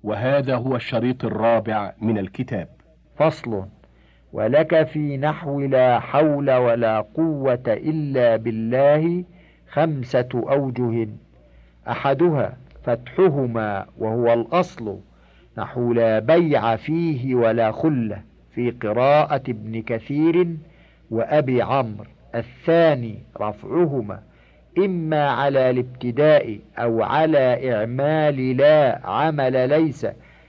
وهذا هو الشريط الرابع من الكتاب. فصل. ولك في نحو لا حول ولا قوة إلا بالله 5 أوجه، أحدها فتحهما وهو الأصل، نحو لا بيع فيه ولا خلة في قراءة ابن كثير وأبي عمرو. الثاني رفعهما إما على الابتداء أو على إعمال لا عمل ليس،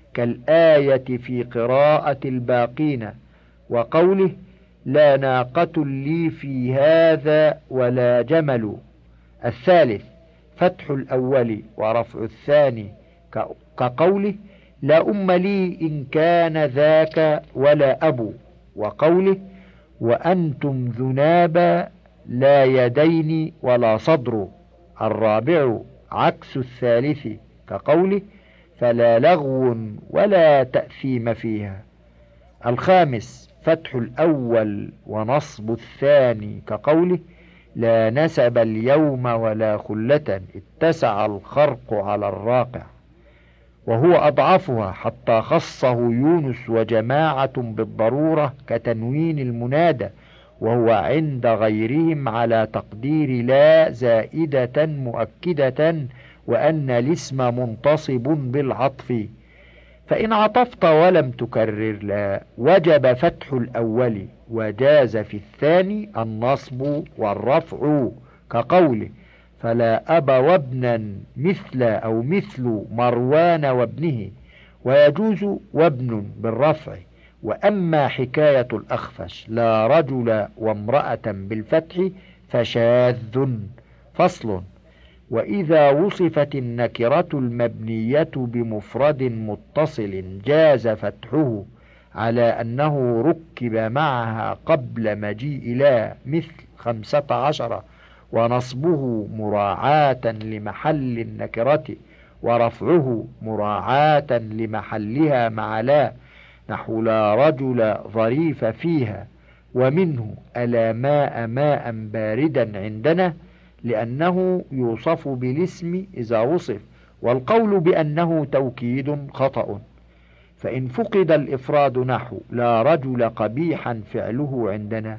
كالآية في قراءة الباقين وقوله لا ناقة لي في هذا ولا جمل. الثالث فتح الأول ورفع الثاني كقوله لا أم لي إن كان ذاك ولا أبو، وقوله وأنتم ذنابا لا يدين ولا صدر. الرابع عكس الثالث كقوله فلا لغو ولا تأثيم فيها. الخامس فتح الأول ونصب الثاني كقوله لا نسب اليوم ولا خلة اتسع الخرق على الراقع، وهو أضعفها حتى خصه يونس وجماعة بالضرورة كتنوين المنادى، وهو عند غيرهم على تقدير لا زائدة مؤكدة، وأن الاسم منتصب بالعطف. فإن عطفت ولم تكرر لا وجب فتح الأول، وجاز في الثاني النصب والرفع كقوله فلا أب وابنا مثل أو مثل مروان وابنه، ويجوز وابن بالرفع. وأما حكاية الأخفش لا رجل وامرأة بالفتح فشاذ. فصل. وإذا وصفت النكرة المبنية بمفرد متصل جاز فتحه على أنه ركب معها قبل مجيء لا، مثل 15، ونصبه مراعاة لمحل النكرة ورفعه مراعاة لمحلها مع لا، نحو لا رجل ظريف فيها. ومنه ألا ماء ماء باردا عندنا، لأنه يوصف بالاسم إذا وصف، والقول بأنه توكيد خطأ. فإن فقد الإفراد نحو لا رجل قبيحا فعله عندنا،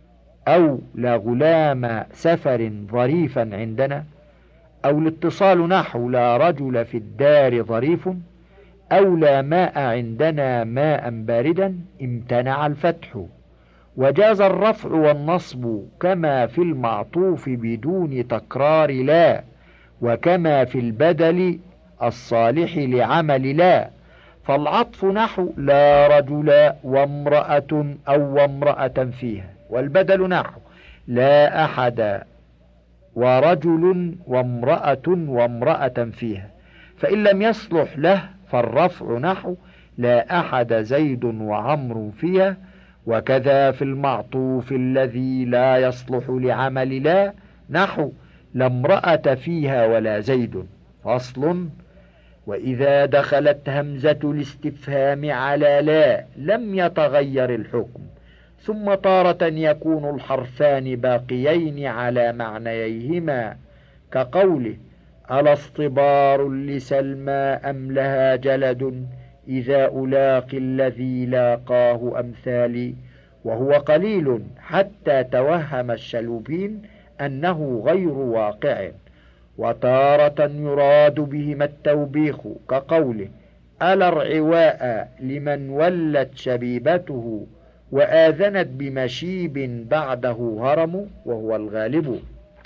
أو لا غلام سفر ظريفا عندنا، أو الاتصال نحو لا رجل في الدار ظريف، أو لا ماء عندنا ماء باردا، امتنع الفتح. وجاز الرفع والنصب كما في المعطوف بدون تكرار لا، وكما في البدل الصالح لعمل لا. فالعطف نحو لا رجل وامرأة أو وامرأة فيها، والبدل نحو لا أحد ورجل وامرأة وامرأة فيها. فإن لم يصلح له فالرفع نحو لا أحد زيد وعمر فيها. وكذا في المعطوف الذي لا يصلح لعمل لا، نحو لا امرأة فيها ولا زيد. فصل. وإذا دخلت همزة الاستفهام على لا لم يتغير الحكم، ثم تارة يكون الحرفان باقيين على معنييهما، كقوله ألا اصطبار لسلمى أم لها جلد إذا ألاقي الذي لاقاه أمثالي، وهو قليل حتى توهم الشلوبين أنه غير واقع. وتارة يراد بهما التوبيخ، كقوله ألا ارعواء لمن ولت شبيبته وآذنت بمشيب بعده هرم، وهو الغالب.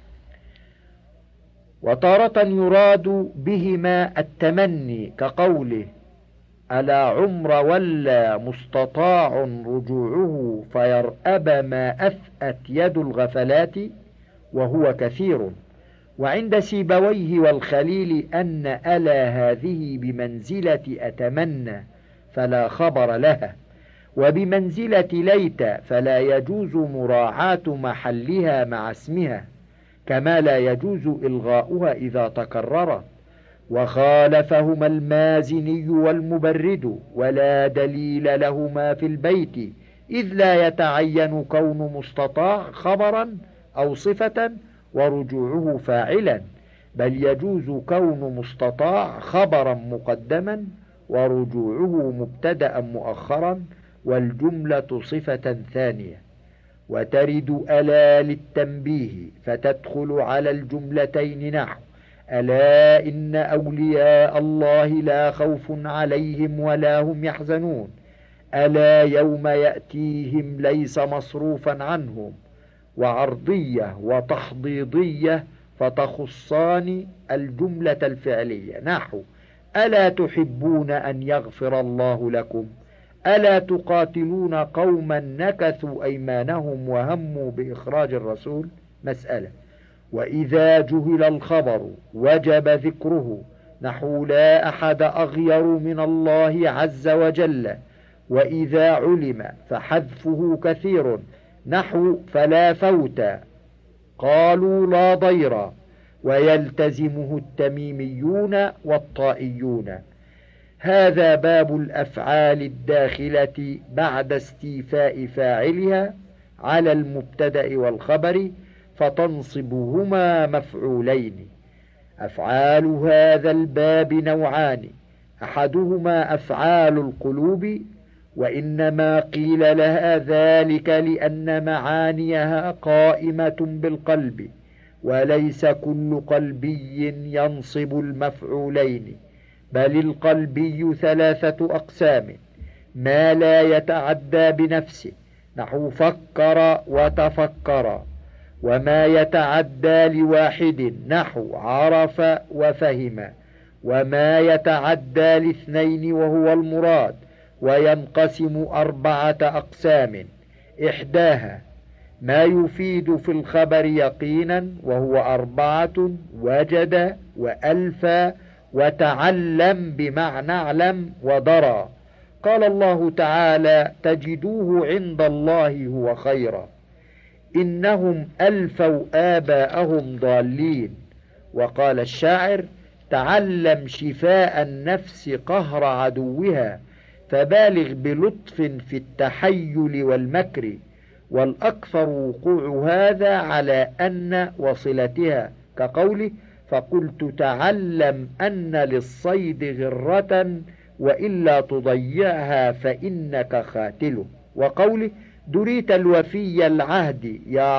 وتارة يراد بهما التمني، كقوله ألا عمر ولا مستطاع رجوعه فيرأب ما أفأت يد الغفلات، وهو كثير. وعند سيبويه والخليل أن ألا هذه بمنزلة أتمنى فلا خبر لها، وبمنزلة ليت فلا يجوز مراعاة محلها مع اسمها، كما لا يجوز إلغاؤها إذا تكرر. وخالفهما المازني والمبرد، ولا دليل لهما في البيت، إذ لا يتعين كون مستطاع خبرا أو صفة ورجوعه فاعلا، بل يجوز كون مستطاع خبرا مقدما ورجوعه مبتدأ مؤخرا والجملة صفة ثانية. وترد ألا للتنبيه فتدخل على الجملتين نحو ألا إن أولياء الله لا خوف عليهم ولا هم يحزنون، ألا يوم يأتيهم ليس مصروفا عنهم، وعرضية وتخضيضية فتخصان الجملة الفعلية نحو ألا تحبون أن يغفر الله لكم، ألا تقاتلون قوما نكثوا أيمانهم وهموا بإخراج الرسول. مسألة. وإذا جهل الخبر وجب ذكره نحو لا أحد أغير من الله عز وجل، وإذا علم فحذفه كثير نحو فلا فوت، قالوا لا ضير، ويلتزمه التميميون والطائيون. هذا باب الأفعال الداخلة بعد استيفاء فاعلها على المبتدأ والخبر فتنصبهما مفعولين. أفعال هذا الباب نوعان، أحدهما أفعال القلوب، وإنما قيل لها ذلك لأن معانيها قائمة بالقلب، وليس كل قلبي ينصب المفعولين، بل القلبي 3 أقسام: ما لا يتعدى بنفسه نحو فكر وتفكر، وما يتعدى لواحد نحو عرف وفهم، وما يتعدى ل2 وهو المراد، وينقسم 4 أقسام: إحداها ما يفيد في الخبر يقينا وهو 4: وجد وألفى وتعلم بمعنى اعلم ودرى. قال الله تعالى تجدوه عند الله هو خيرا، إنهم ألفوا آباءهم ضالين. وقال الشاعر تعلم شفاء النفس قهر عدوها، فبالغ بلطف في التحيل والمكر. والأكثر وقوع هذا على أن وصلتها كقوله فقلت تعلم أن للصيد غرة وإلا تضيعها فإنك خاتله، وقوله دريت الوفي العهد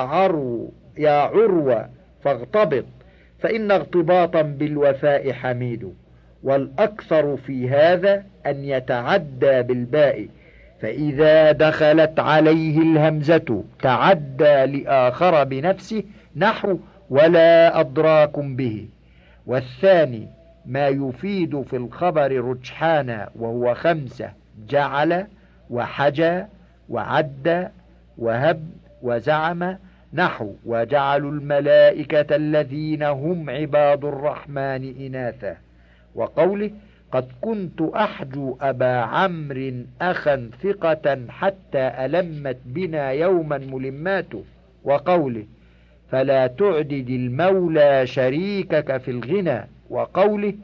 يا عروة فاغتبط فإن اغتباطا بالوفاء حميد. والأكثر في هذا أن يتعدى بالباء، فإذا دخلت عليه الهمزة تعدى لآخر بنفسه نحو ولا أدراكم به. والثاني ما يفيد في الخبر رجحانا وهو 5: جعل وحجى وعد وهب وزعم نحو وجعلوا الملائكة الذين هم عباد الرحمن إناثا، وقوله قد كنت أحجو أبا عمرو أخا ثقة حتى ألمت بنا يوما ملماته، وقوله فلا تعدد المولى شريكك في الغنى، وقوله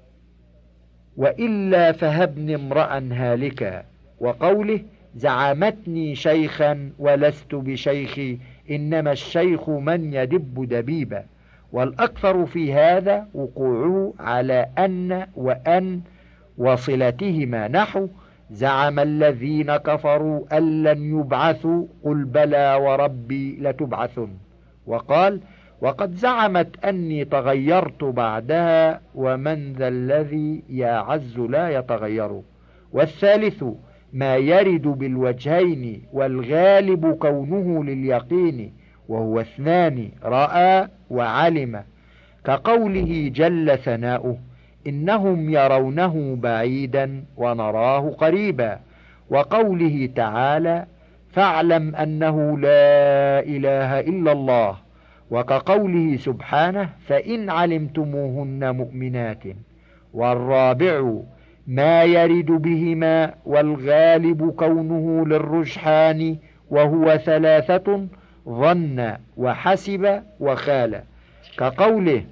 وإلا فهبني امرأ هالكا، وقوله زعمتني شيخا ولست بشيخي إنما الشيخ من يدب دبيبا. والأكثر في هذا وقوعه على أن وأن وصلتهما نحو زعم الذين كفروا أن لن يبعثوا قل بلى وربي لتبعثن، وقال وقد زعمت أني تغيرت بعدها ومن ذا الذي يعز لا يتغير. والثالث ما يرد بالوجهين والغالب كونه لليقين وهو 2: رأى وعلم، كقوله جل ثناؤه إنهم يرونه بعيدا ونراه قريبا، وقوله تعالى فاعلم أنه لا إله إلا الله، وكقوله سبحانه فإن علمتموهن مؤمنات. والرابع ما يرد بهما والغالب كونه للرجحان وهو 3: ظن وحسب وخال، كقوله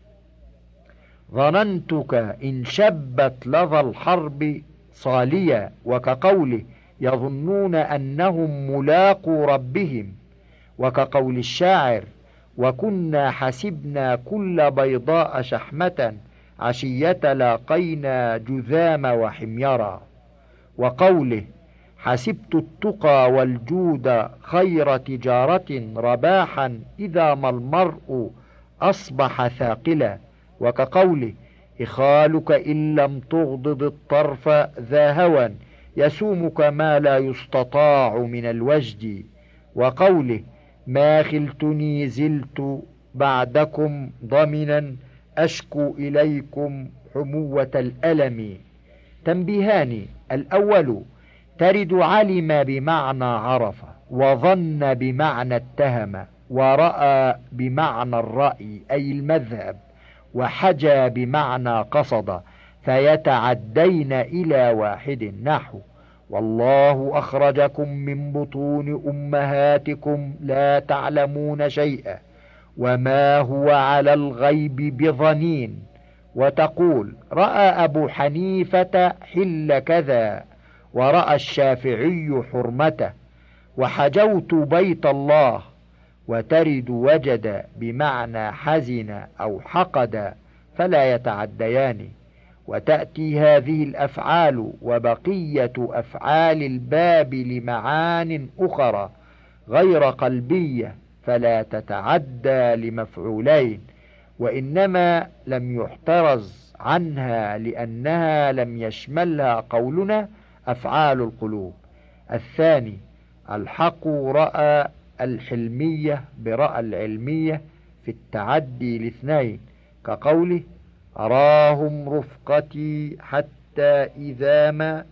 ظننتك إن شبت لظى الحرب صاليا، وكقوله يظنون أنهم ملاقو ربهم، وكقول الشاعر وكنا حسبنا كل بيضاء شحمة عشية لاقينا جذام وحميرا. وقوله حسبت التقى والجود خير تجارة رباحا إذا ما المرء أصبح ثاقلا. وكقوله إخالك إن لم تغضض الطرف ذا هوى يسومك ما لا يستطاع من الوجد. وقوله ما خلتني زلت بعدكم ضمنا أشكو إليكم حموة الألم. تنبيهان: الأول ترد علم بمعنى عرف، وظن بمعنى اتهم، ورأى بمعنى الرأي أي المذهب، وحجى بمعنى قصد، فيتعدين إلى واحد. نحو والله أخرجكم من بطون أمهاتكم لا تعلمون شيئا وما هو على الغيب بضنين. وتقول رأى أبو حنيفة حل كذا، ورأى الشافعي حرمته، وحجوت بيت الله. وترد وجد بمعنى حزن أو حقد، فلا يتعديان. وتأتي هذه الأفعال وبقية أفعال الباب لمعان أخرى غير قلبية، فلا تتعدى لمفعولين، وإنما لم يحترز عنها لأنها لم يشملها قولنا أفعال القلوب. الثاني الحق رأى الحلمية برأى العلمية في التعدي لاثنين، كقوله أراهم رفقتي حتى إذا ما.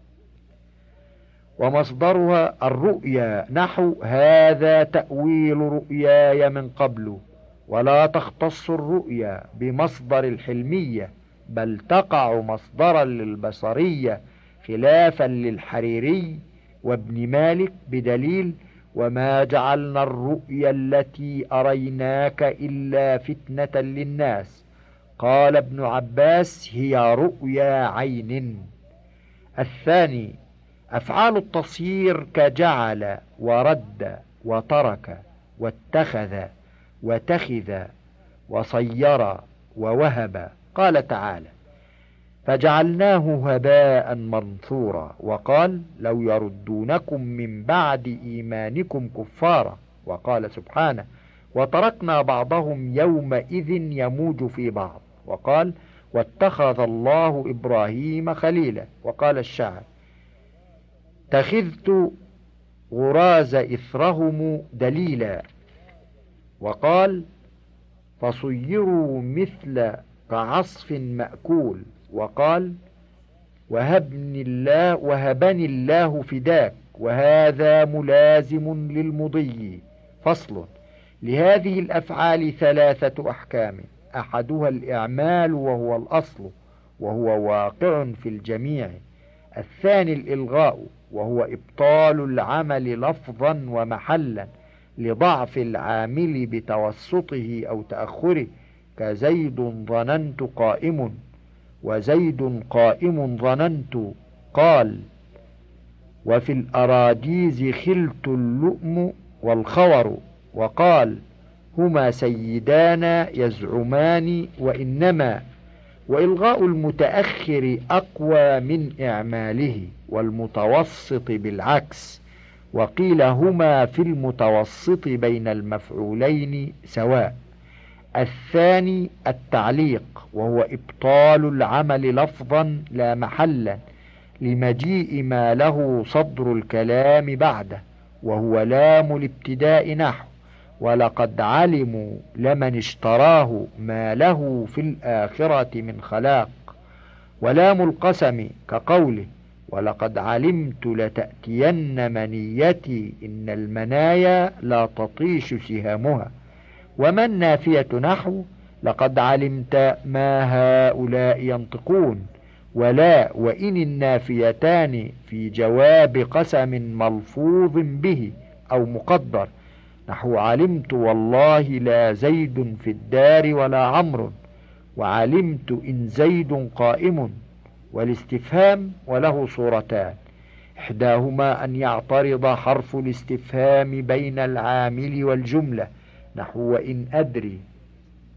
ومصدرها الرؤيا، نحو هذا تأويل رؤياي من قبل. ولا تختص الرؤيا بمصدر الحلمية، بل تقع مصدرا للبصرية، خلافا للحريري وابن مالك، بدليل وما جعلنا الرؤيا التي أريناك إلا فتنة للناس. قال ابن عباس هي رؤيا عين. الثاني أفعال التصيير كجعل ورد وترك واتخذ وتخذ وصير ووهب. قال تعالى فجعلناه هباء منثورا. وقال لو يردونكم من بعد إيمانكم كفارا. وقال سبحانه وتركنا بعضهم يومئذ يموج في بعض. وقال واتخذ الله إبراهيم خليلا. وقال الشاعر اتخذت غراز إثرهم دليلا. وقال فصيروا مثل كعصف مأكول. وقال وهبني الله فداك، وهذا ملازم للمضي. فصل: لهذه الأفعال ثلاثة أحكام: أحدها الإعمال وهو الأصل وهو واقع في الجميع. الثاني الإلغاء وهو إبطال العمل لفظا ومحلا لضعف العامل بتوسطه أو تأخره، كزيد ظننت قائم، وزيد قائم ظننت. قال وفي الأراديز خلت اللؤم والخور. وقال هما سيدان يزعمان وإنما. وإلغاء المتأخر أقوى من إعماله، والمتوسط بالعكس. وقيل هما في المتوسط بين المفعولين سواء. الثاني التعليق وهو إبطال العمل لفظا لا محلا لمجيء ما له صدر الكلام بعده، وهو لام الابتداء، نحو ولقد علموا لمن اشتراه ما له في الآخرة من خلاق. ولام القسم كقوله ولقد علمت لتأتين منيتي إن المنايا لا تطيش سهامها. وما النافية نحو لقد علمت ما هؤلاء ينطقون. ولا وإن النافيتان في جواب قسم ملفوظ به أو مقدر، نحو علمت والله لا زيد في الدار ولا عمرو، وعلمت إن زيد قائم. والاستفهام وله صورتان: إحداهما أن يعترض حرف الاستفهام بين العامل والجملة، نحو وإن أدري،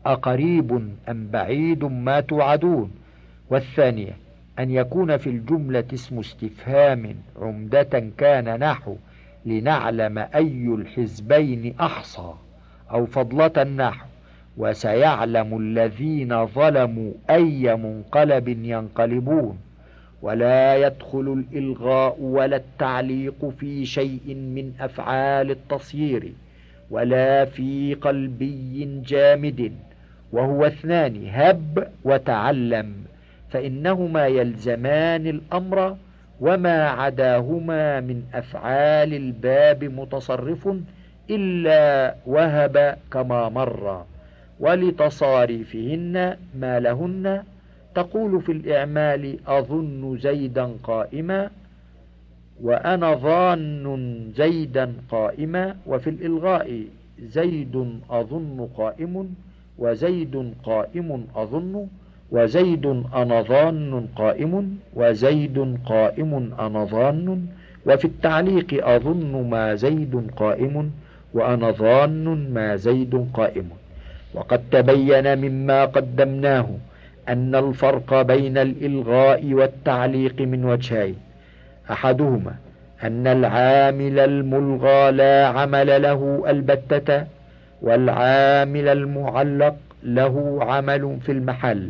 أقريب أم بعيد ما توعدون. والثانية أن يكون في الجملة اسم استفهام عمدة كان نحو لنعلم أي الحزبين أحصى، أو فضلة نحو وسيعلم الذين ظلموا أي منقلب ينقلبون. ولا يدخل الإلغاء ولا التعليق في شيء من أفعال التصيير، ولا في قلبي جامد، وهو اثنان: هب وتعلم، فإنهما يلزمان الأمر، وما عداهما من أفعال الباب متصرف إلا وهب كما مر. ولتصاريفهن ما لهن، تقول في الإعمال أظن زيدا قائما، وأنا ظان زيدا قائما. وفي الإلغاء زيد أظن قائم، وزيد قائم أظن، وزيد أنا ظان قائم، وزيد قائم أنا ظان. وفي التعليق أظن ما زيد قائم، وأنا ظان ما زيد قائم. وقد تبين مما قدمناه أن الفرق بين الإلغاء والتعليق من وجهين: أحدهما أن العامل الملغى لا عمل له البتة، والعامل المعلق له عمل في المحل،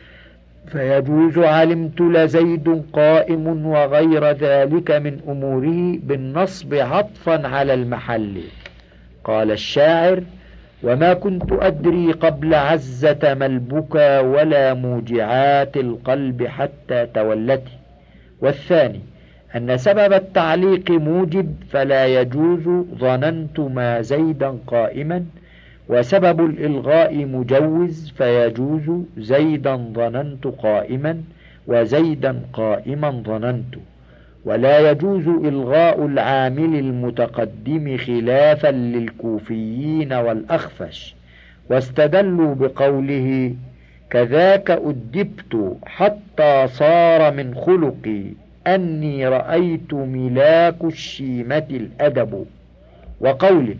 فيجوز علمت لزيد قائم وغير ذلك من أموره بالنصب عطفا على المحل. قال الشاعر: وما كنت أدري قبل عزة ما البكى، ولا موجعات القلب حتى تولتي. والثاني أن سبب التعليق موجب، فلا يجوز ظننت ما زيدا قائما، وسبب الإلغاء مجوز، فيجوز زيدا ظننت قائما، وزيدا قائما ظننت. ولا يجوز إلغاء العامل المتقدم خلافا للكوفيين والأخفش، واستدلوا بقوله: كذاك أدبت حتى صار من خلقي، أني رأيت ملاك الشيمة الأدب. وقوله: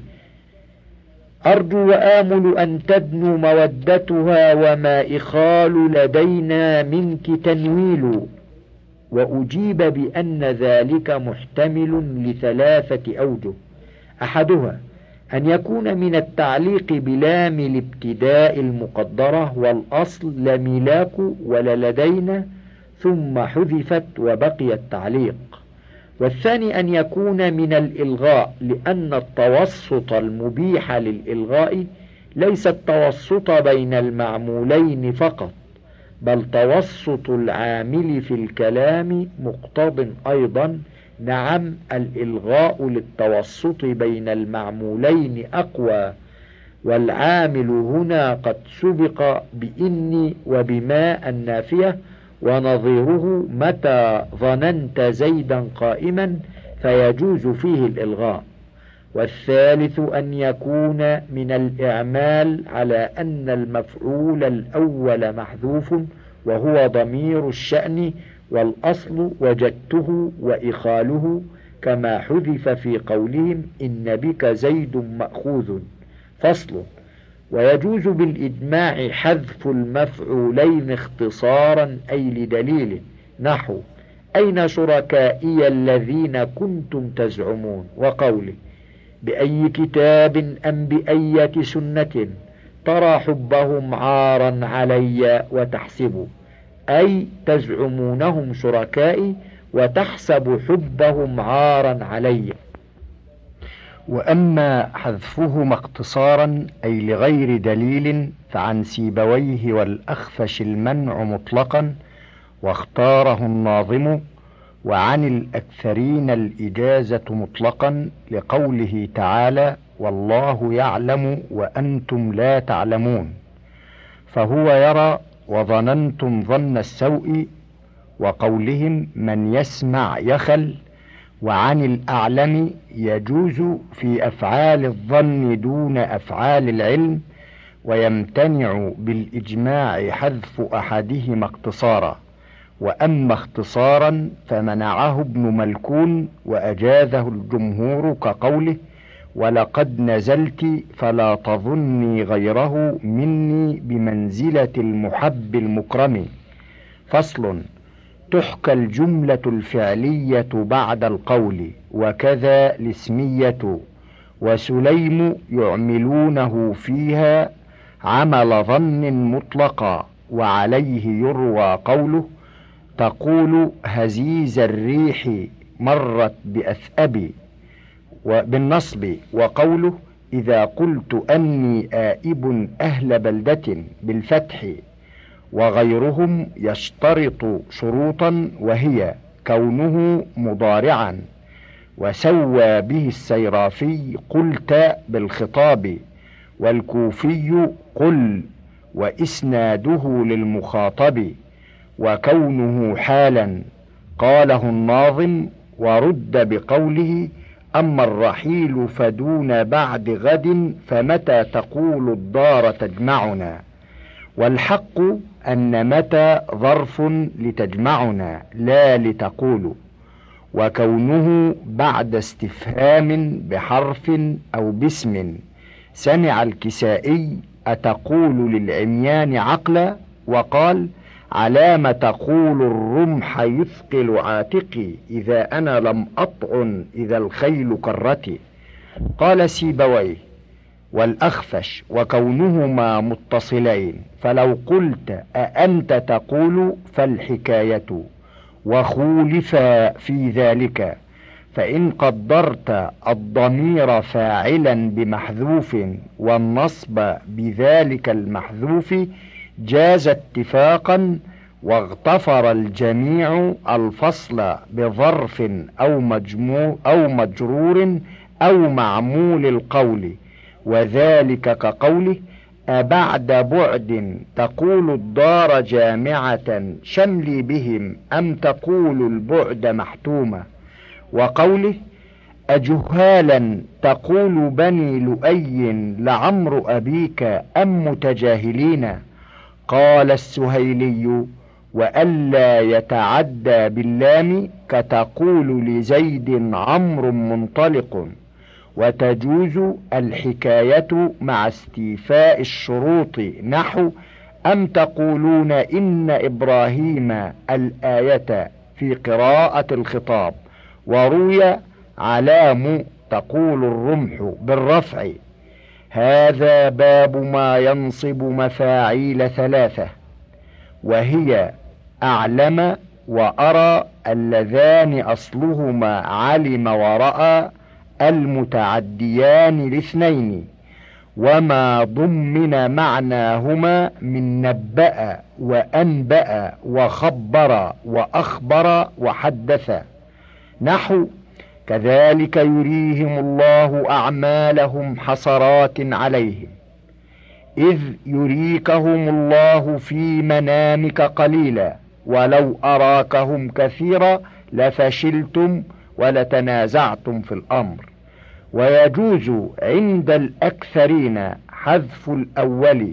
أرجو وآمل أن تدنو مودتها، وما إخال لدينا منك تنويل. وأجيب بأن ذلك محتمل لثلاثة أوجه: أحدها أن يكون من التعليق بلام الابتداء المقدرة، والأصل لملاك ولا لدينا، ثم حذفت وبقي التعليق. والثاني أن يكون من الإلغاء، لأن التوسط المبيح للإلغاء ليس التوسط بين المعمولين فقط، بل توسط العامل في الكلام مقتض أيضا. نعم، الإلغاء للتوسط بين المعمولين أقوى، والعامل هنا قد سبق بإني وبما النافية، ونظيره متى ظننت زيدا قائما، فيجوز فيه الإلغاء. والثالث أن يكون من الإعمال على أن المفعول الأول محذوف، وهو ضمير الشأن، والأصل وجدته وإخاله، كما حذف في قولهم: إن بك زيد مأخوذ. فصل. ويجوز بالإجماع حذف المفعولين اختصارا أي لدليل، نحو: أين شركائي الذين كنتم تزعمون. وقوله: بأي كتاب أم بأية سنة ترى حبهم عارا علي وتحسب، أي تزعمونهم شركائي وتحسب حبهم عارا علي. وأما حذفهما اقتصارا أي لغير دليل، فعن سيبويه والأخفش المنع مطلقا، واختاره الناظم، وعن الأكثرين الإجازة مطلقا، لقوله تعالى: والله يعلم وأنتم لا تعلمون، فهو يرى وظننتم ظن السوء. وقولهم: من يسمع يخل. وعن الأعلم يجوز في أفعال الظن دون أفعال العلم، ويمتنع بالإجماع حذف أحدهما اقتصارا. وأما اختصارا فمنعه ابن ملكون وأجازه الجمهور، كقوله: ولقد نزلت فلا تظني غيره مني بمنزلة المحب المكرم. فصل. تحكى الجملة الفعلية بعد القول، وكذا الاسمية، وسليم يعملونه فيها عمل ظن مطلقا، وعليه يروى قوله: تقول هزيز الريح مرت بأثأب، وبالنصب. وقوله: إذا قلت أني آئب أهل بلدة بالفتح. وغيرهم يشترط شروطا، وهي كونه مضارعا. وسوى به السيرافي قلت بالخطاب، والكوفي قل، وإسناده للمخاطب، وكونه حالا. قاله الناظم: ورد بقوله: أما الرحيل فدون بعد غد، فمتى تقول الدار تجمعنا. والحق أن متى ظرف لتجمعنا لا لتقول. وكونه بعد استفهام بحرف أو باسم. سمع الكسائي: أتقول للعميان عقلا؟ وقال: علام تقول الرمح يثقل عاتقي، إذا أنا لم أطعن إذا الخيل كرتي. قال سيبويه: والأخفش وكونهما متصلين، فلو قلت أأنت تقول فالحكاية، وخولفا في ذلك. فإن قدرت الضمير فاعلا بمحذوف والنصب بذلك المحذوف جاز اتفاقا، واغتفر الجميع الفصل بظرف أو مجرور أو معمول القول. وذلك كقوله: أبعد بعد تقول الدار جامعة شملي بهم، أم تقول البعد محتومة. وقوله: أجهالا تقول بني لؤي لعمر أبيك أم متجاهلين. قال السهيلي: وألا يتعدى باللام كتقول لزيد عمرو منطلق. وتجوز الحكاية مع استيفاء الشروط، نحو: أم تقولون إن إبراهيم الآية في قراءة الخطاب. وروي: علام تقول الرمح بالرفع. هذا باب ما ينصب مفاعيل ثلاثة، وهي أعلم وأرى، اللذان أصلهما علم ورأى، المتعديان لاثنين، وما ضمن معناهما من نبأ وأنبأ وخبر وأخبر وحدث. نحو: كذلك يريهم الله أعمالهم حسرات عليهم، إذ يريكهم الله في منامك قليلا، ولو أراكهم كثيرا لفشلتم ولتنازعتم في الأمر. ويجوز عند الأكثرين حذف الأول،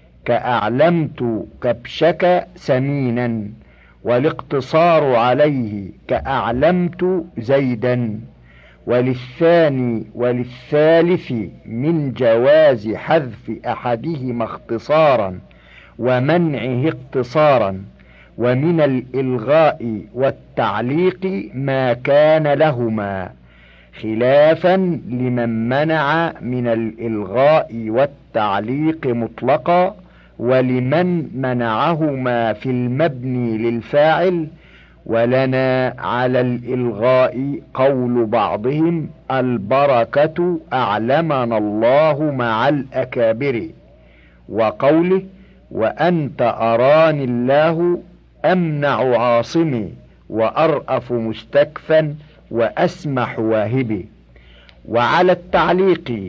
كأعلمت كبشك سمينا، والاقتصار عليه كأعلمت زيدا. وللثاني وللثالث من جواز حذف أحدهما اختصارا ومنعه اقتصارا. ومن الإلغاء والتعليق ما كان لهما، خلافا لمن منع من الإلغاء والتعليق مطلقا، ولمن منعهما في المبني للفاعل. ولنا على الإلغاء قول بعضهم: البركة أعلمنا الله مع الأكابر. وقوله: وأنت أراني الله أمنع عاصمي، وأرأف مستكفا، وأسمح واهبي. وعلى التعليق: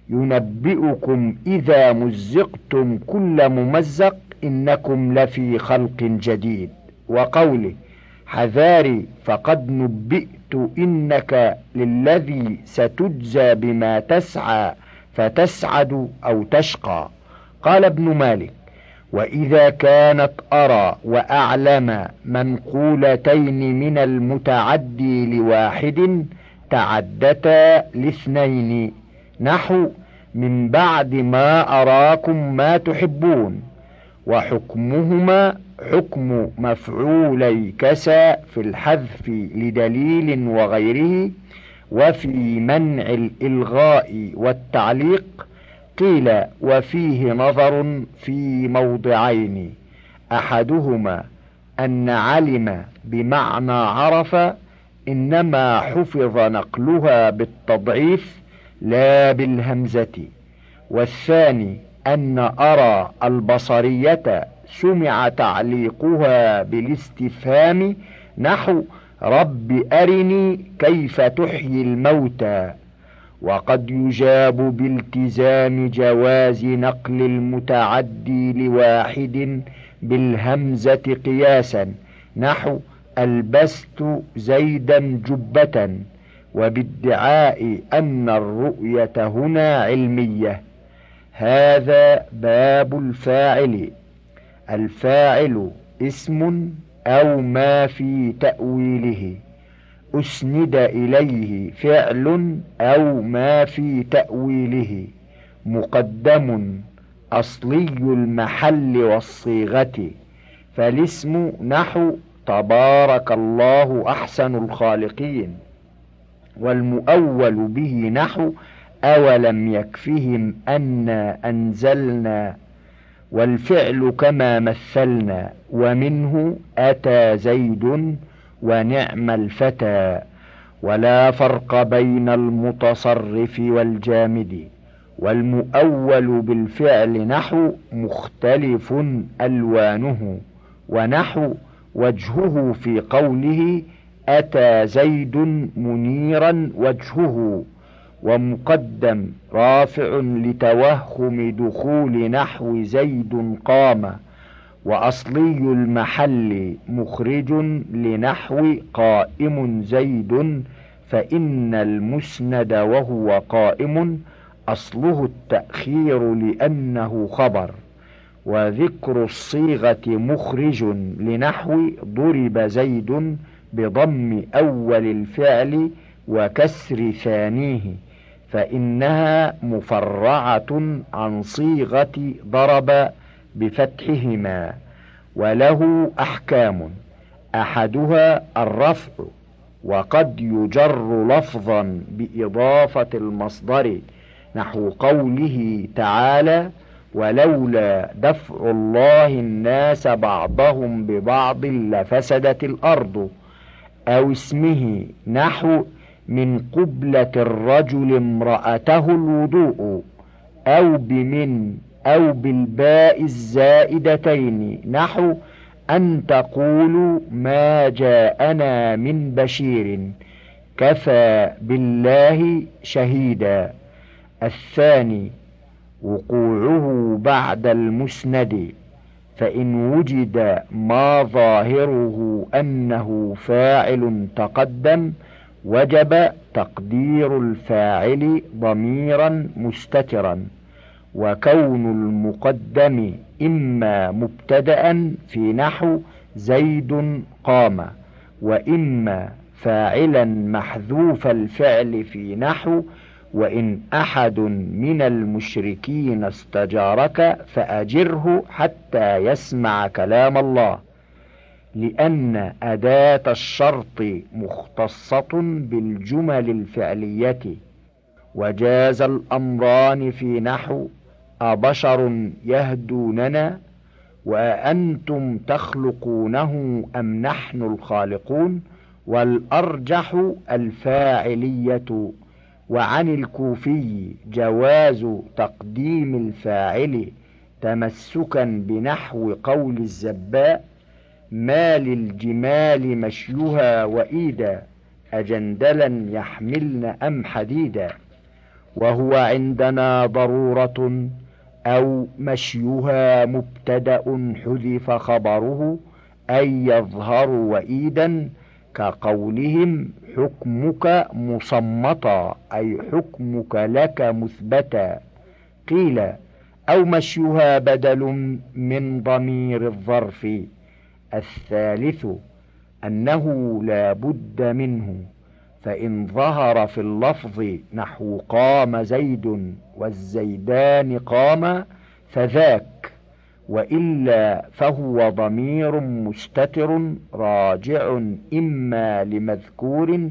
ينبئكم إذا مزقتم كل ممزق إنكم لفي خلق جديد. وقوله: حذاري فقد نبئت إنك للذي ستجزى بما تسعى فتسعد أو تشقى. قال ابن مالك: وإذا كانت أرى وأعلم منقولتين من المتعدي لواحد تعدتا لاثنين، نحو من بعد ما أراكم ما تحبون، وحكمهما حكم مفعولي كسى في الحذف لدليل وغيره، وفي منع الإلغاء والتعليق قيل وفيه نظر في موضعين: أحدهما أن علم بمعنى عرف إنما حفظ نقلها بالتضعيف لا بالهمزة، والثاني أن أرى البصرية سمع تعليقها بالاستفهام نحو رب أرني كيف تحيي الموتى، وقد يجاب بالتزام جواز نقل المتعدي لواحد بالهمزة قياسا نحو ألبست زيدا جبة، وبادعاء أن الرؤية هنا علمية. هذا باب الفاعل. الفاعل اسم أو ما في تأويله أسند إليه فعل أو ما في تأويله، مقدم أصلي المحل والصيغة، فالاسم نحو تبارك الله أحسن الخالقين، والمؤول به نحو أولم يكفهم أنا أنزلنا، والفعل كما مثلنا، ومنه أتى زيد ونعم الفتى، ولا فرق بين المتصرف والجامد. والمؤول بالفعل نحو مختلف ألوانه، ونحو وجهه في قوله أتى زيد منيرا وجهه، ومقدم رافع لتوهم دخول نحو زيد قام، وأصلي المحل مخرج لنحو قائم زيد، فإن المسند وهو قائم أصله التأخير لأنه خبر، وذكر الصيغة مخرج لنحو ضرب زيد بضم أول الفعل وكسر ثانيه، فإنها مفرعة عن صيغة ضرب بفتحهما، وله أحكام: أحدها الرفع، وقد يجر لفظا بإضافة المصدر نحو قوله تعالى ولولا دفع الله الناس بعضهم ببعض لفسدت الأرض، أو اسمه نحو من قبلة الرجل امرأته الوضوء، أو بمن أو بالباء الزائدتين نحو أن تقولوا ما جاءنا من بشير كفى بالله شهيدا. الثاني وقوعه بعد المسند، فإن وجد ما ظاهره أنه فاعل تقدم وجب تقدير الفاعل ضميرا مستترا، وكون المقدم إما مبتدأ في نحو زيد قام، وإما فاعلا محذوف الفعل في نحو وإن أحد من المشركين استجارك فأجره حتى يسمع كلام الله، لأن أداة الشرط مختصة بالجمل الفعلية. وجاز الأمران في نحو أبشر يهدوننا، وأنتم تخلقونه أم نحن الخالقون، والأرجح الفاعلية. وعن الكوفي جواز تقديم الفاعل تمسكا بنحو قول الزباء ما للجمال مشيها وإيدا أجندلا يحملن أم حديدا، وهو عندنا ضرورة، أو مشيها مبتدأ حذف خبره أي يظهر وإيدا، كقولهم حكمك مصمتا أي حكمك لك مثبتا. قيل أو مشيها بدل من ضمير الظرف. الثالث أنه لا بد منه، فإن ظهر في اللفظ نحو قام زيد والزيدان قاما فذاك، وإلا فهو ضمير مستتر راجع إما لمذكور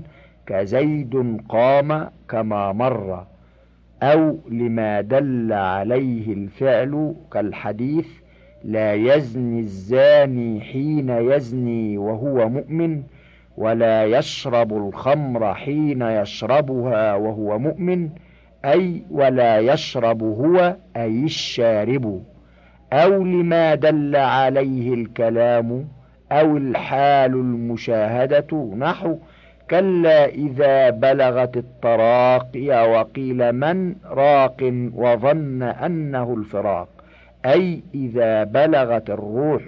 كزيد قام كما مر، أو لما دل عليه الفعل كالحديث لا يزني الزاني حين يزني وهو مؤمن، ولا يشرب الخمر حين يشربها وهو مؤمن، أي ولا يشرب هو أي الشارب، أو لما دل عليه الكلام أو الحال المشاهدة نحو كلا إذا بلغت التراقي وقيل من راق وظن أنه الفراق، أي إذا بلغت الروح،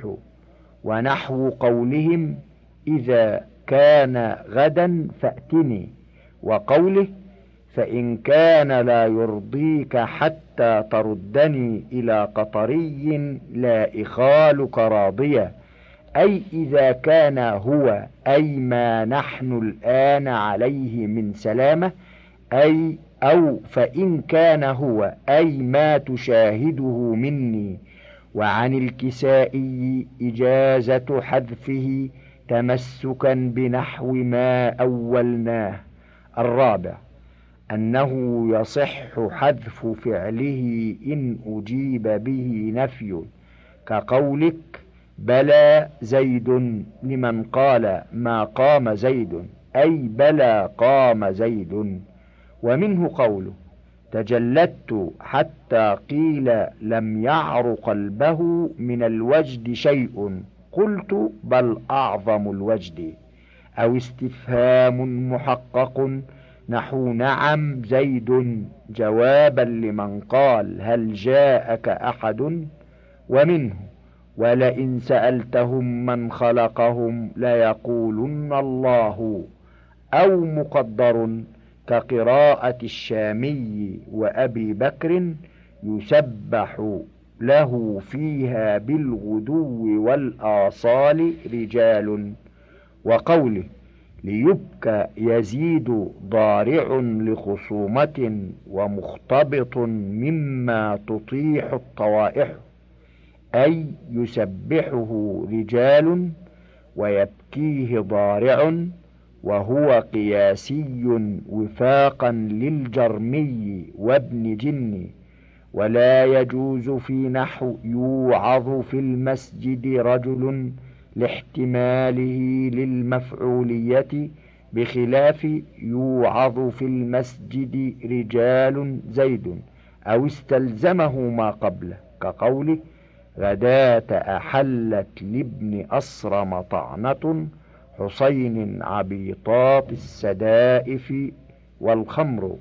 ونحو قولهم إذا كان غدا فأتني، وقوله فإن كان لا يرضيك حتى تردني إلى قطري لا إخالك راضية، أي إذا كان هو أي ما نحن الآن عليه من سلامة، أي أو فإن كان هو أي ما تشاهده مني. وعن الكسائي إجازة حذفه تمسكا بنحو ما أولناه. الرابع أنه يصح حذف فعله إن أجيب به نفي، كقولك بلى زيد لمن قال ما قام زيد، أي بلى قام زيد. ومنه قوله تجلدت حتى قيل لم يعر قلبه من الوجد شيء، قلت بل أعظم الوجد، أو استفهام محقق نحو نعم زيد جوابا لمن قال هل جاءك أحد. ومنه ولئن سألتهم من خلقهم ليقولن الله، أو مقدر كقراءة الشامي وأبي بكر يسبح له فيها بالغدو والآصال رجال. وقوله ليبكى يزيد ضارع لخصومة ومختبط مما تطيح الطوائح، أي يسبحه رجال ويبكيه ضارع، وهو قياسي وفاقا للجرمي وابن جني. ولا يجوز في نحو يوعظ في المسجد رجل لاحتماله للمفعولية، بخلاف يوعظ في المسجد رجال زيد، أو استلزمه ما قبله كقوله غداة أحلت لابن أصرم طعنة حسين عبيطات السدائف والخمر،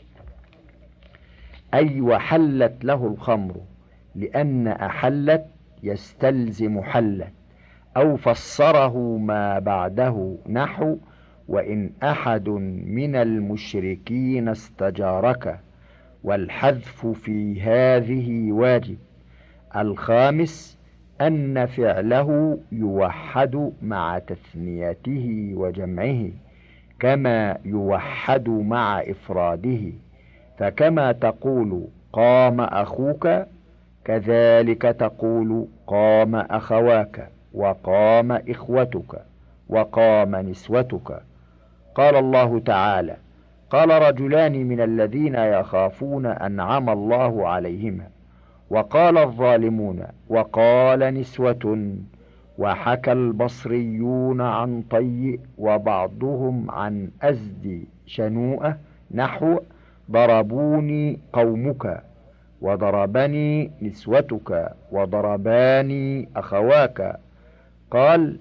أي وحلت له الخمر، لأن أحلت يستلزم حلت. أو فسره ما بعده نحو وإن أحد من المشركين استجارك، والحذف في هذه واجب. الخامس أن فعله يوحد مع تثنيته وجمعه، كما يوحد مع إفراده، فكما تقول قام أخوك كذلك تقول قام أخواك، وقام إخوتك، وقام نسوتك. قال الله تعالى قال رجلان من الذين يخافون أنعم الله عليهما، وقال الظالمون وقال نسوة. وحكى البصريون عن طيء وبعضهم عن أزد شنوءة نحو ضربوني قومك، وضربني نسوتك، وضرباني أخواك. قال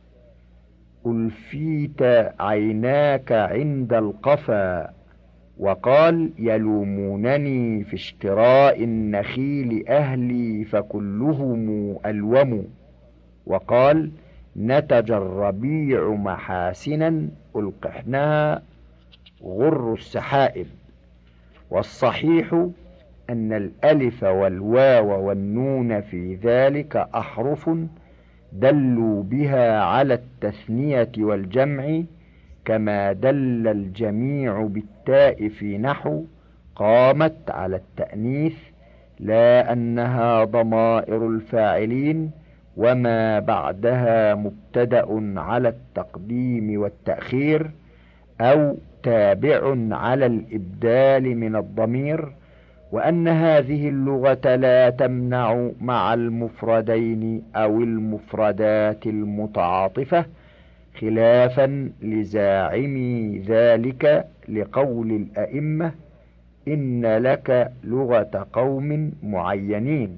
ألفيت عيناك عند القفا. وقال يلومونني في اشتراء النخيل أهلي فكلهم ألوم. وقال نتج الربيع محاسنا ألقحناها غر السحائب. والصحيح أن الألف والواو والنون في ذلك أحرف دلوا بها على التثنية والجمع، كما دل الجميع بالتاء في نحو قامت على التأنيث، لا أنها ضمائر الفاعلين وما بعدها مبتدأ على التقديم والتأخير، أو تابع على الإبدال من الضمير، وأن هذه اللغة لا تمنع مع المفردين أو المفردات المتعاطفة، خلافا لزاعمي ذلك لقول الأئمة: إن لك لغة قوم معينين.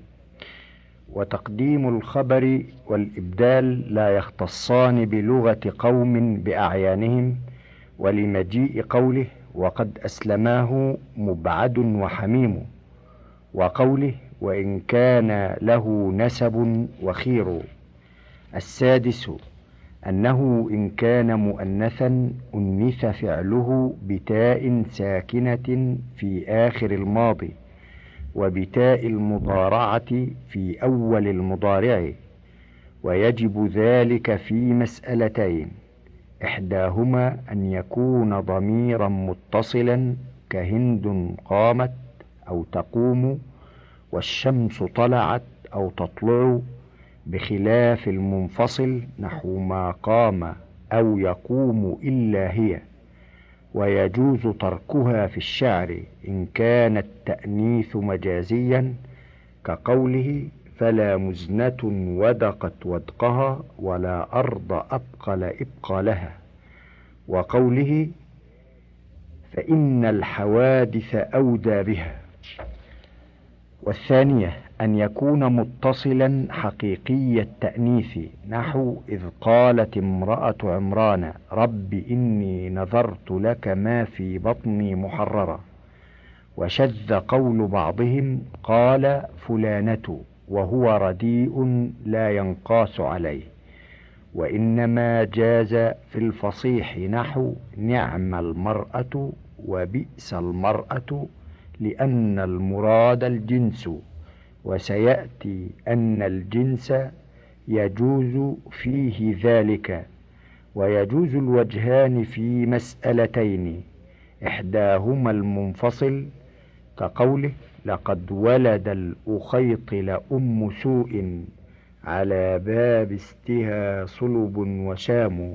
وتقديم الخبر والإبدال لا يختصان بلغة قوم بأعيانهم، ولمجيء قوله: وقد أسلماه مبعد وحميم، وقوله: وإن كان له نسب وخير. السادس أنه إن كان مؤنثا أنث فعله بتاء ساكنة في آخر الماضي، وبتاء المضارعة في أول المضارع، ويجب ذلك في مسألتين: إحداهما أن يكون ضميرا متصلا كهند قامت أو تقوم، والشمس طلعت أو تطلع، بخلاف المنفصل نحو ما قام أو يقوم إلا هي. ويجوز تركها في الشعر إن كان التأنيث مجازيا، كقوله: فلا مزنة ودقت ودقها ولا أرض أبقل إبقالها، وقوله: فإن الحوادث أودى بها. والثانية أن يكون متصلا حقيقي التأنيث، نحو إذ قالت امرأة عمران: رب إني نذرت لك ما في بطني محررا. وشذ قول بعضهم قال فلانة، وهو رديء لا ينقاس عليه، وإنما جاز في الفصيح نحو نعم المرأة وبئس المرأة، لأن المراد الجنس، وسيأتي أن الجنس يجوز فيه ذلك. ويجوز الوجهان في مسألتين: إحداهما المنفصل كقوله: لقد ولد الأخيطل أم سوء على باب استها صلب وشام.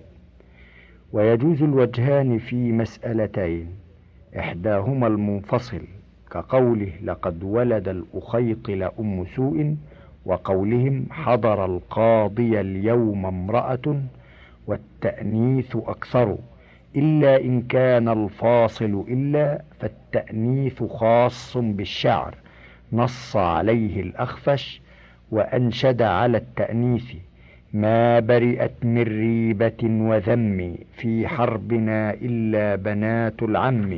ويجوز الوجهان في مسألتين: إحداهما المنفصل كقوله: لقد ولد الأخيطل أم سوء، وقولهم: حضر القاضي اليوم امرأة، والتأنيث أكثر، إلا إن كان الفاصل إلا، فالتأنيث خاص بالشعر، نص عليه الأخفش وأنشد على التأنيث: ما برئت من ريبة وذم في حربنا إلا بنات العم.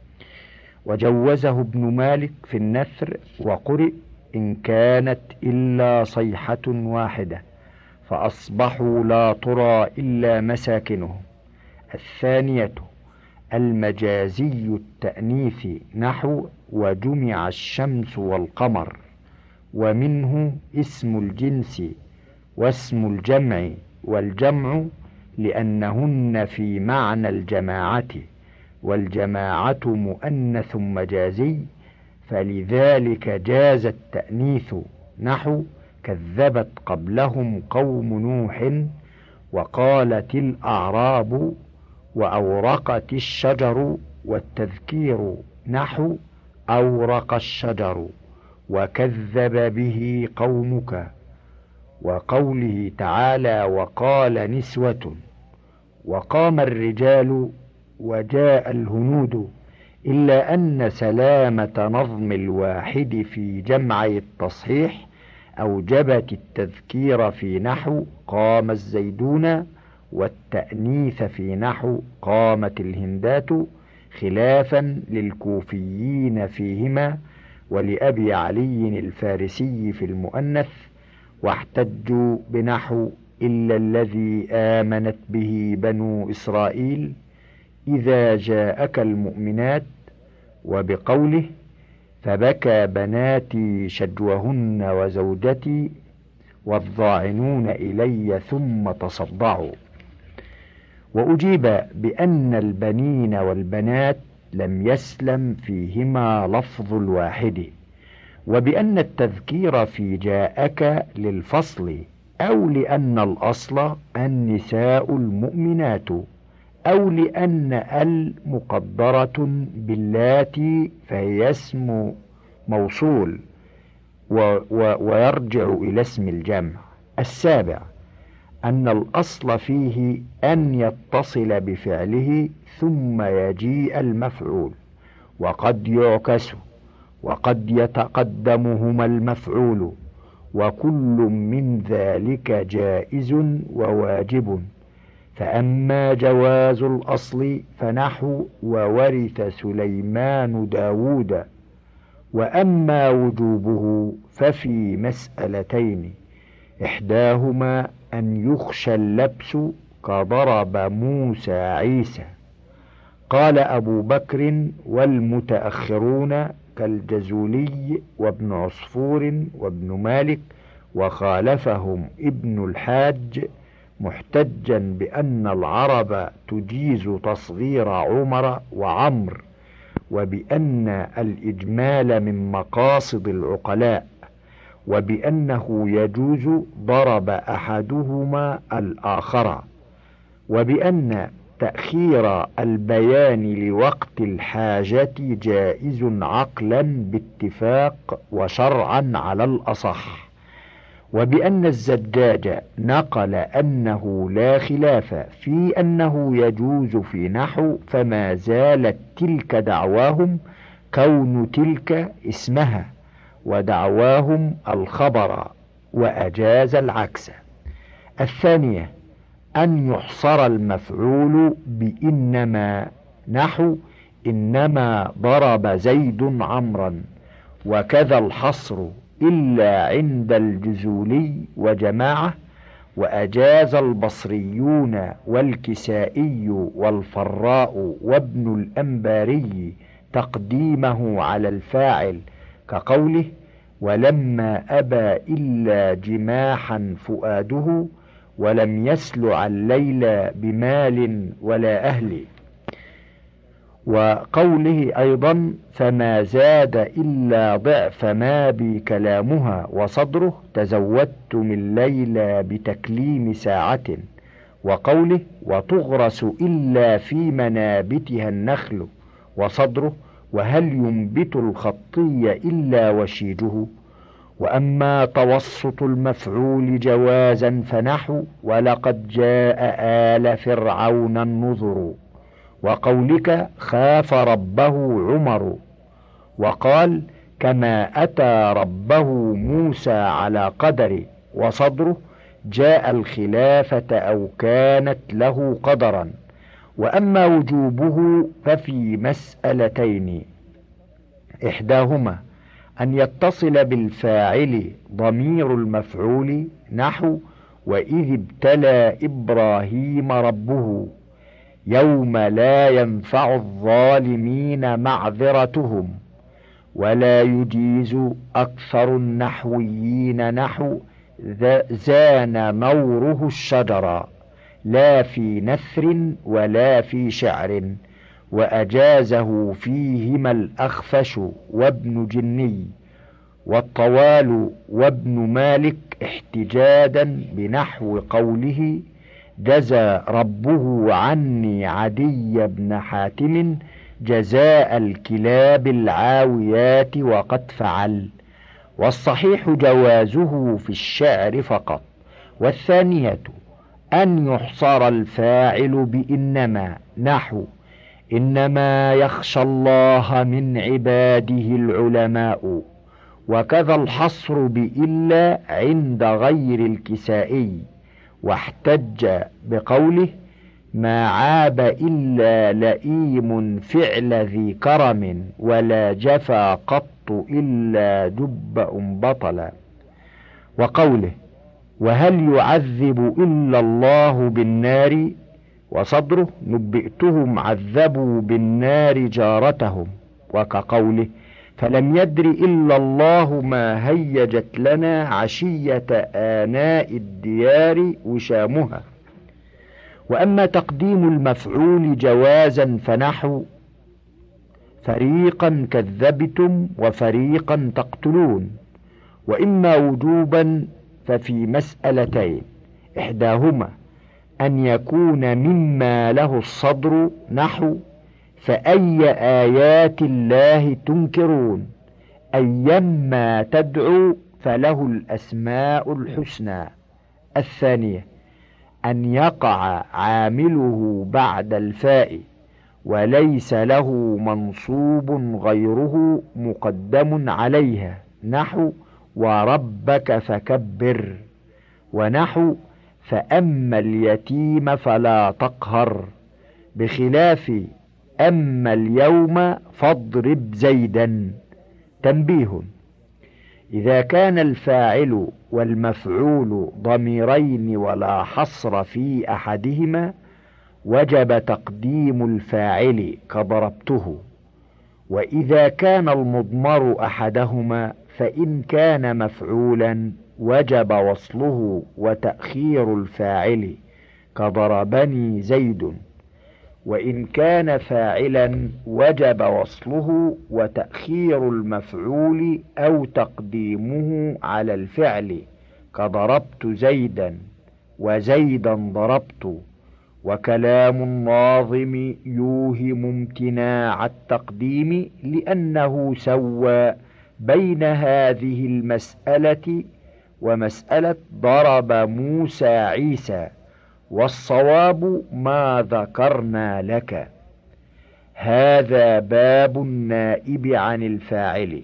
وجوزه ابن مالك في النثر، وقرئ: إن كانت إلا صيحة واحدة فأصبحوا لا ترى إلا مساكنهم. الثانية المجازي التأنيث، نحو وجمع الشمس والقمر، ومنه اسم الجنس واسم الجمع، والجمع لأنهن في معنى الجماعة، والجماعة مؤنث مجازي، فلذلك جاز التأنيث، نحو كذبت قبلهم قوم نوح، وقالت الأعراب، وأورقت الشجر، والتذكير نحو أورق الشجر، وكذب به قومك. وقوله تعالى: وقال نسوة، وقام الرجال، وجاء الهنود، إلا أن سلامة نظم الواحد في جمع التصحيح أوجبت التذكير في نحو قام الزيدون، والتأنيث في نحو قامت الهندات، خلافا للكوفيين فيهما، ولأبي علي الفارسي في المؤنث، واحتجوا بنحو إلا الذي آمنت به بنو إسرائيل إذا جاءك المؤمنات، وبقوله: فبكى بناتي شجوهن وزوجتي والضاعنون إلي ثم تصدعوا. وأجيب بأن البنين والبنات لم يسلم فيهما لفظ الواحد، وبأن التذكير في جاءك للفصل، أو لأن الأصل النساء المؤمنات، أو لأن المقدرة باللاتي فهي اسم موصول ويرجع إلى اسم الجمع. السابع أن الأصل فيه أن يتصل بفعله ثم يجيء المفعول، وقد يعكس، وقد يتقدمهما المفعول، وكل من ذلك جائز وواجب. فأما جواز الأصل فنحو وورث سليمان داود، وأما وجوبه ففي مسألتين، إحداهما أن يخشى اللبس كضرب موسى عيسى. قال أبو بكر والمتأخرون كالجزولي وابن عصفور وابن مالك، وخالفهم ابن الحاج محتجا بأن العرب تجيز تصغير عمر وعمر، وبأن الإجمال من مقاصد العقلاء، وبأنه يجوز ضرب أحدهما الآخر، وبأن تأخير البيان لوقت الحاجة جائز عقلا باتفاق وشرعا على الأصح، وبأن الزجاج نقل أنه لا خلاف في أنه يجوز في نحو فما زالت تلك دعواهم كون تلك اسمها، ودعواهم الخبر، وأجاز العكس. الثانية أن يحصر المفعول بإنما، نحو إنما ضرب زيد عمرا، وكذا الحصر إلا عند الجزولي وجماعة، وأجاز البصريون والكسائي والفراء وابن الأنباري تقديمه على الفاعل، كقوله ولما أبى إلا جماحا فؤاده، ولم يسلع الليل بمال ولا أهل، وقوله أيضا فما زاد إلا ضعف ما بي كلامها وصدره تزودت من ليلى بتكليم ساعة، وقوله وتغرس إلا في منابتها النخل وصدره وهل ينبت الخطي إلا وشيجه. وأما توسط المفعول جوازا فنحو ولقد جاء آل فرعون النذر، وقولك خاف ربه عمر، وقال كما أتى ربه موسى على قدر، وصدره جاء الخلافة أو كانت له قدرا. وأما وجوبه ففي مسألتين، إحداهما أن يتصل بالفاعل ضمير المفعول، نحو وإذ ابتلى إبراهيم ربه، يوم لا ينفع الظالمين معذرتهم. ولا يجيز أكثر النحويين نحو زان نوره الشجر، لا في نثر ولا في شعر، وأجازه فيهما الأخفش وابن جني والطوال وابن مالك احتجادا بنحو قوله جزى ربه عني عدي بن حاتم جزاء الكلاب العاويات وقد فعل. والصحيح جوازه في الشعر فقط. والثانية أن يحصر الفاعل بإنما، نحو إنما يخشى الله من عباده العلماء، وكذا الحصر بإلا عند غير الكسائي، واحتج بقوله ما عاب إلا لئيم فعل ذي كرم، ولا جفا قط إلا جب بطلا، وقوله وهل يعذب إلا الله بالنار، وصدره نبئتهم عذبوا بالنار جارتهم، وكقوله فلم يدر إلا الله ما هيجت لنا عشية آناء الديار وشامها. وأما تقديم المفعول جوازا فنحو فريقا كذبتم وفريقا تقتلون. وإما وجوبا ففي مسألتين، إحداهما أن يكون مما له الصدر نحو فأي آيات الله تنكرون، أيما تدعو فله الأسماء الحسنى. الثانية أن يقع عامله بعد الفاء وليس له منصوب غيره مقدم عليها نحو وربك فكبر، ونحو فأما اليتيم فلا تقهر، بخلاف أما اليوم فاضرب زيدا. تنبيه: إذا كان الفاعل والمفعول ضميرين ولا حصر في أحدهما وجب تقديم الفاعل كضربته، وإذا كان المضمر أحدهما فإن كان مفعولا وجب وصله وتأخير الفاعل كضربني زيد، وإن كان فاعلا وجب وصله وتأخير المفعول أو تقديمه على الفعل كضربت زيدا وزيدا ضربت. وكلام الناظم يوهم امتناع التقديم لأنه سوى بين هذه المسألة ومسألة ضرب موسى عيسى، والصواب ما ذكرنا لك. هذا باب النائب عن الفاعل.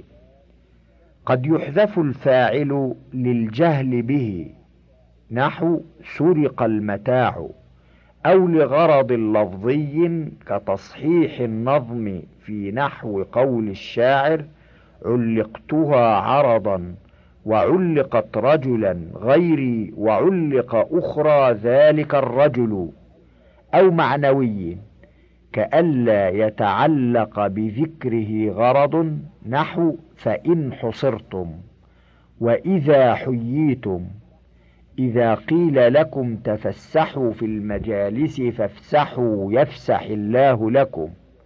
قد يحذف الفاعل للجهل به نحو سرق المتاع، أو لغرض لفظي كتصحيح النظم في نحو قول الشاعر علقتها عرضا وعلقت رجلا غيري وعلق أخرى ذلك الرجل، أو معنوي كألا يتعلق بذكره غرض نحو فإن حصرتم وإذا حييتم، إذا قيل لكم تفسحوا في المجالس فافسحوا يفسح الله لكم،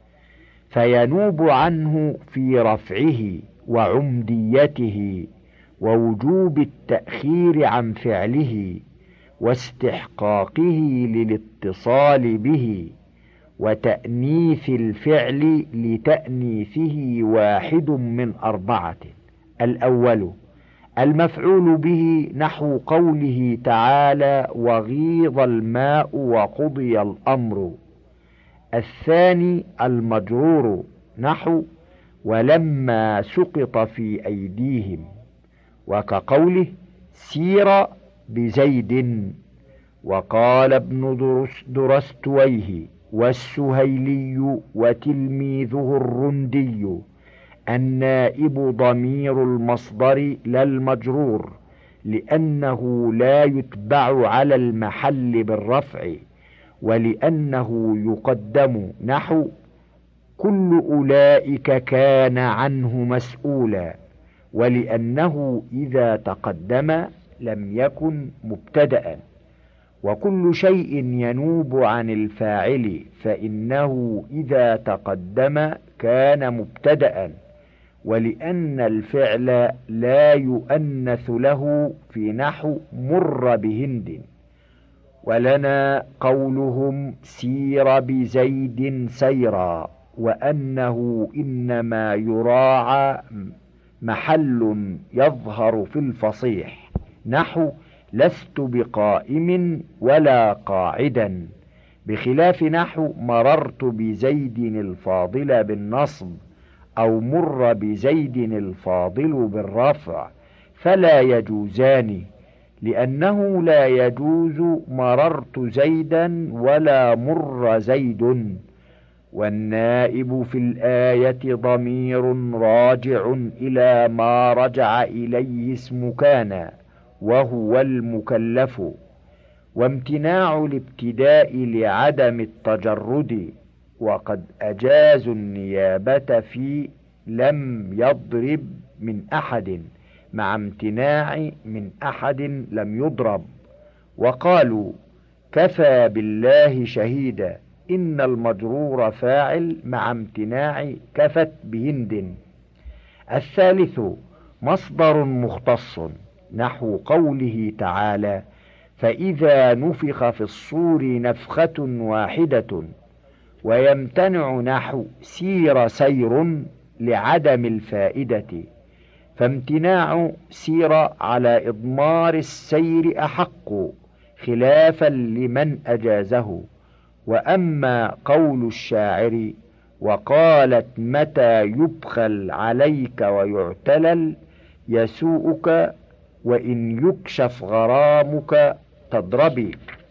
فينوب عنه في رفعه وعمديته ووجوب التأخير عن فعله واستحقاقه للاتصال به وتأنيث الفعل لتأنيثه واحد من أربعة. الأول المفعول به نحو قوله تعالى وغيض الماء وقضي الأمر. الثاني المجرور نحو ولما سقط في أيديهم، وكقوله سير بزيد. وقال ابن درستويه والسهيلي وتلميذه الرندي النائب ضمير المصدر لا المجرور، لأنه لا يتبع على المحل بالرفع، ولأنه يقدم نحو كل أولئك كان عنه مسؤولا، ولأنه إذا تقدم لم يكن مبتدأ. وكل شيء ينوب عن الفاعل فإنه إذا تقدم كان مبتدأ، ولأن الفعل لا يؤنث له في نحو مر بهند. ولنا قولهم سير بزيد سيرا، وأنه إنما يراعى محل يظهر في الفصيح نحو لست بقائم ولا قاعدا، بخلاف نحو مررت بزيد الفاضل بالنصب أو مر بزيد الفاضل بالرفع، فلا يجوزان، لأنه لا يجوز مررت زيدا ولا مر زيد. والنائب في الآية ضمير راجع إلى ما رجع إليه اسم كان وهو المكلف، وامتناع الابتداء لعدم التجرد، وقد أجازوا النيابة في لم يضرب من أحد مع امتناع من أحد لم يضرب، وقالوا كفى بالله شهيدا. إن المجرور فاعل مع امتناع كفت بهند. الثالث مصدر مختص نحو قوله تعالى: فإذا نفخ في الصور نفخة واحدة. ويمتنع نحو سير سير لعدم الفائدة، فامتناع سير على إضمار السير أحق، خلافا لمن أجازه. وأما قول الشاعر: وقالت متى يبخل عليك ويعتلل، يسوءك وإن يكشف غرامك تضربي.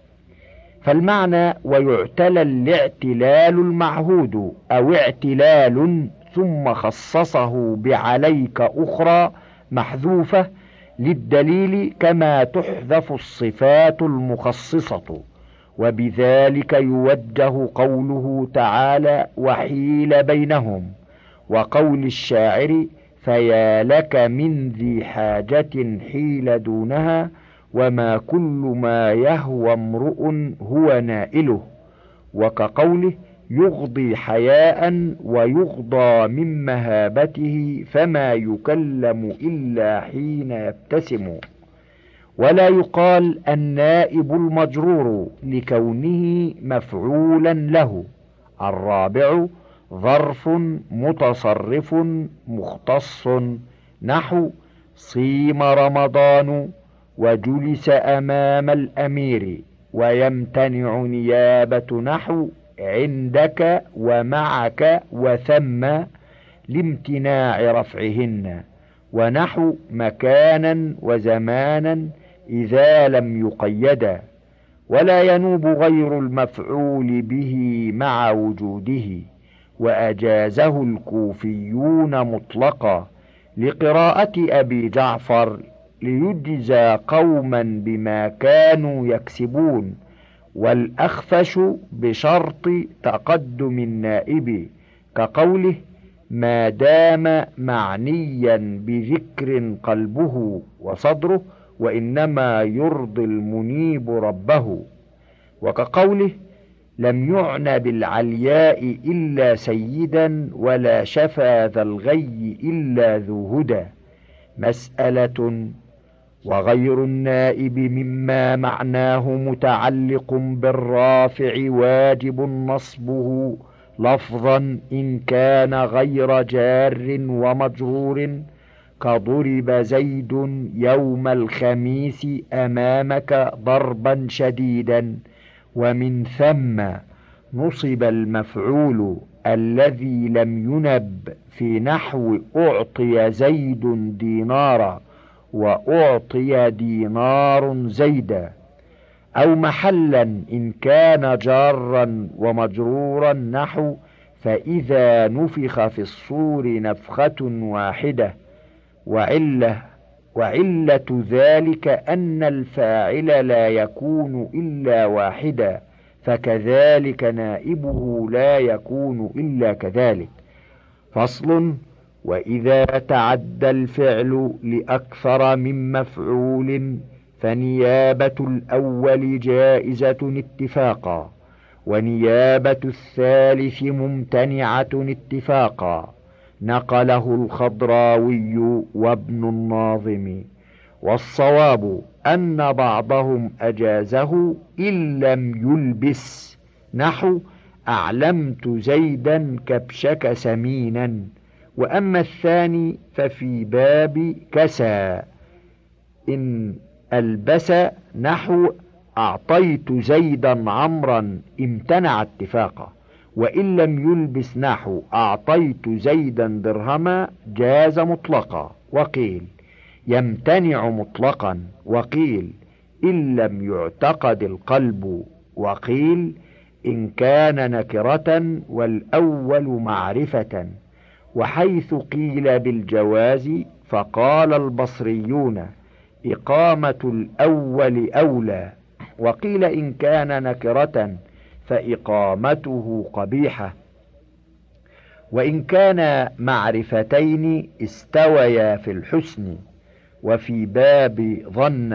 فالمعنى ويعتلل الاعتلال المعهود أو اعتلال ثم خصصه بعليك أخرى محذوفة للدليل، كما تحذف الصفات المخصصة. وبذلك يوجه قوله تعالى: وحيل بينهم، وقول الشاعر: فيا لك من ذي حاجة حيل دونها، وما كل ما يهوى امرؤ هو نائله. وكقوله: يغضي حياء ويغضى من مهابته، فما يكلم إلا حين يبتسم. ولا يقال النائب المجرور لكونه مفعولا له. الرابع ظرف متصرف مختص نحو صيم رمضان وجلس أمام الأمير. ويمتنع نيابة نحو عندك ومعك وثم لامتناع رفعهن، ونحو مكانا وزمانا إذا لم يقيدا. ولا ينوب غير المفعول به مع وجوده. وأجازه الكوفيون مطلقا لقراءة أبي جعفر: ليجزى قوما بما كانوا يكسبون. والأخفش بشرط تقدم النائب، كقوله: ما دام معنيا بذكر قلبه وصدره، وإنما يرضي المنيب ربه. وكقوله: لم يعنى بالعلياء إلا سيدا، ولا شفى ذا الغي إلا ذو هدى. مسألة: وغير النائب مما معناه متعلق بالرافع واجب نصبه لفظا إن كان غير جار ومجرور، كضرب زيد يوم الخميس أمامك ضربا شديدا. ومن ثم نصب المفعول الذي لم ينب في نحو أعطي زيد دينارا وأعطي دينار زيدا، أو محلا إن كان جارا ومجرورا نحو فإذا نفخ في الصور نفخة واحدة. وعلة ذلك أن الفاعل لا يكون إلا واحدا، فكذلك نائبه لا يكون إلا كذلك. فصل: وإذا تعدى الفعل لأكثر من مفعول فنيابة الأول جائزة اتفاقا، ونيابة الثالث ممتنعة اتفاقا. نقله الخضراوي وابن الناظم. والصواب أن بعضهم أجازه إن لم يلبس، نحو أعلمت زيدا كبشك سمينا. وأما الثاني ففي باب كسى إن ألبس، نحو أعطيت زيدا عمرا امتنع اتفاقا. وإن لم يلبس نحو أعطيت زيدا درهما جاز مطلقا. وقيل يمتنع مطلقا، وقيل إن لم يعتقد القلب، وقيل إن كان نكرة والأول معرفة. وحيث قيل بالجواز فقال البصريون إقامة الأول أولى، وقيل إن كان نكرة فإقامته قبيحة. وإن كان معرفتين استويا في الحسن. وفي باب ظن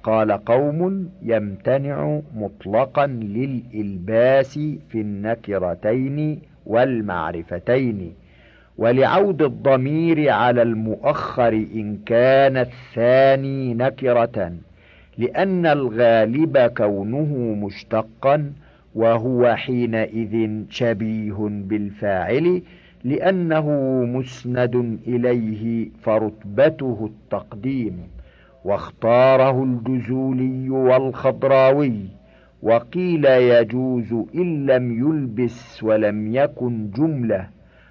قال قوم يمتنع مطلقا للإلباس في النكرتين والمعرفتين، ولعود الضمير على المؤخر إن كان الثاني نكرة، لأن الغالب كونه مشتقا، وهو حينئذ شبيه بالفاعل لأنه مسند إليه فرتبته التقديم. واختاره الجزولي والخضراوي، وقيل يجوز إن لم يلبس ولم يكن جملة،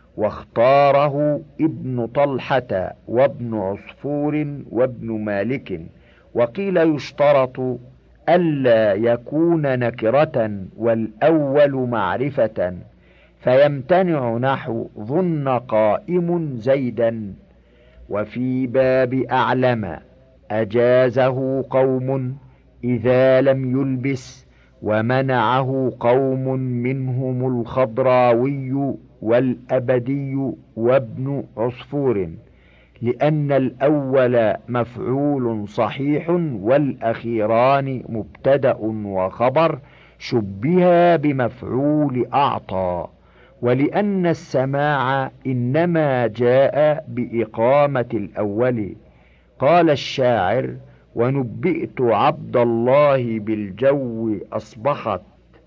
واختاره ابن طلحة وابن عصفور وابن مالك، وقيل يشترط ألا يكون نكرة والأول معرفة، فيمتنع نحو ظن قائم زيدا. وفي باب أعلم أجازه قوم إذا لم يلبس، ومنعه قوم منهم الخضراوي والأبدي وابن عصفور، لأن الأول مفعول صحيح والأخيران مبتدأ وخبر شبه بمفعول أعطى، ولأن السماع إنما جاء بإقامة الأول. قال الشاعر: ونبئت عبد الله بالجو أصبحت،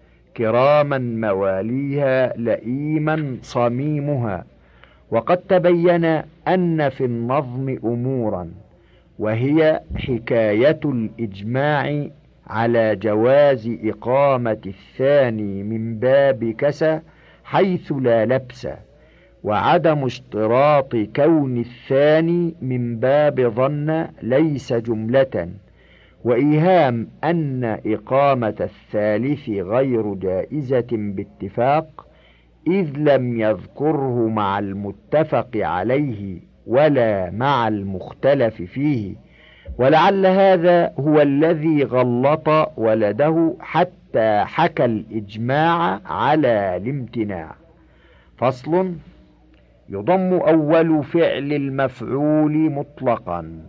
كراما مواليها لئيما صميمها. وقد تبين أن في النظم أمورا، وهي حكاية الإجماع على جواز إقامة الثاني من باب كسى حيث لا لبس، وعدم اشتراط كون الثاني من باب ظن ليس جملة، وإيهام أن إقامة الثالث غير جائزة باتفاق، إذ لم يذكره مع المتفق عليه ولا مع المختلف فيه، ولعل هذا هو الذي غلط ولده حتى حكى الإجماع على الامتناع. فصل: يضم أول فعل المفعول مطلقا،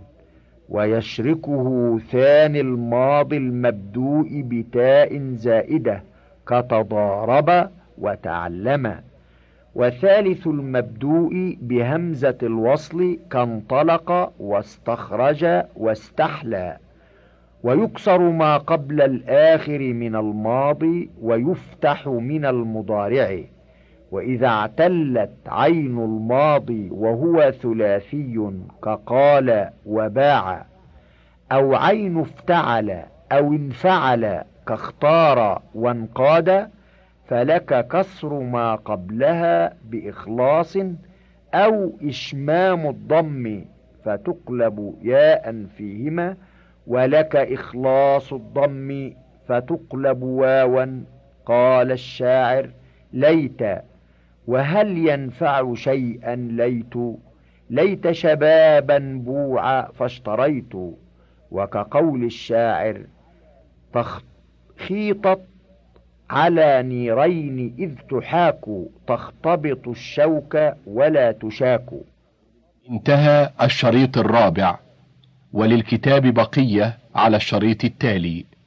ويشركه ثاني الماضي المبدوء بتاء زائدة كتضارب وتعلم، وثالث المبدوء بهمزة الوصل كانطلق واستخرج واستحلى، ويكسر ما قبل الآخر من الماضي ويفتح من المضارع. وإذا اعتلت عين الماضي وهو ثلاثي كقال وباع، أو عين افتعل أو انفعل كاختار وانقاد، فلك كسر ما قبلها بإخلاص، أو إشمام الضم فتقلب ياء فيهما، ولك إخلاص الضم فتقلب واوا. قال الشاعر: ليت، وهل ينفع شيئا ليت شبابا بوع فاشتريت. وكقول الشاعر: تخيطت على نيرين إذ تحاك، تختبط الشوك ولا تشاك. انتهى الشريط الرابع، وللكتاب بقية على الشريط التالي.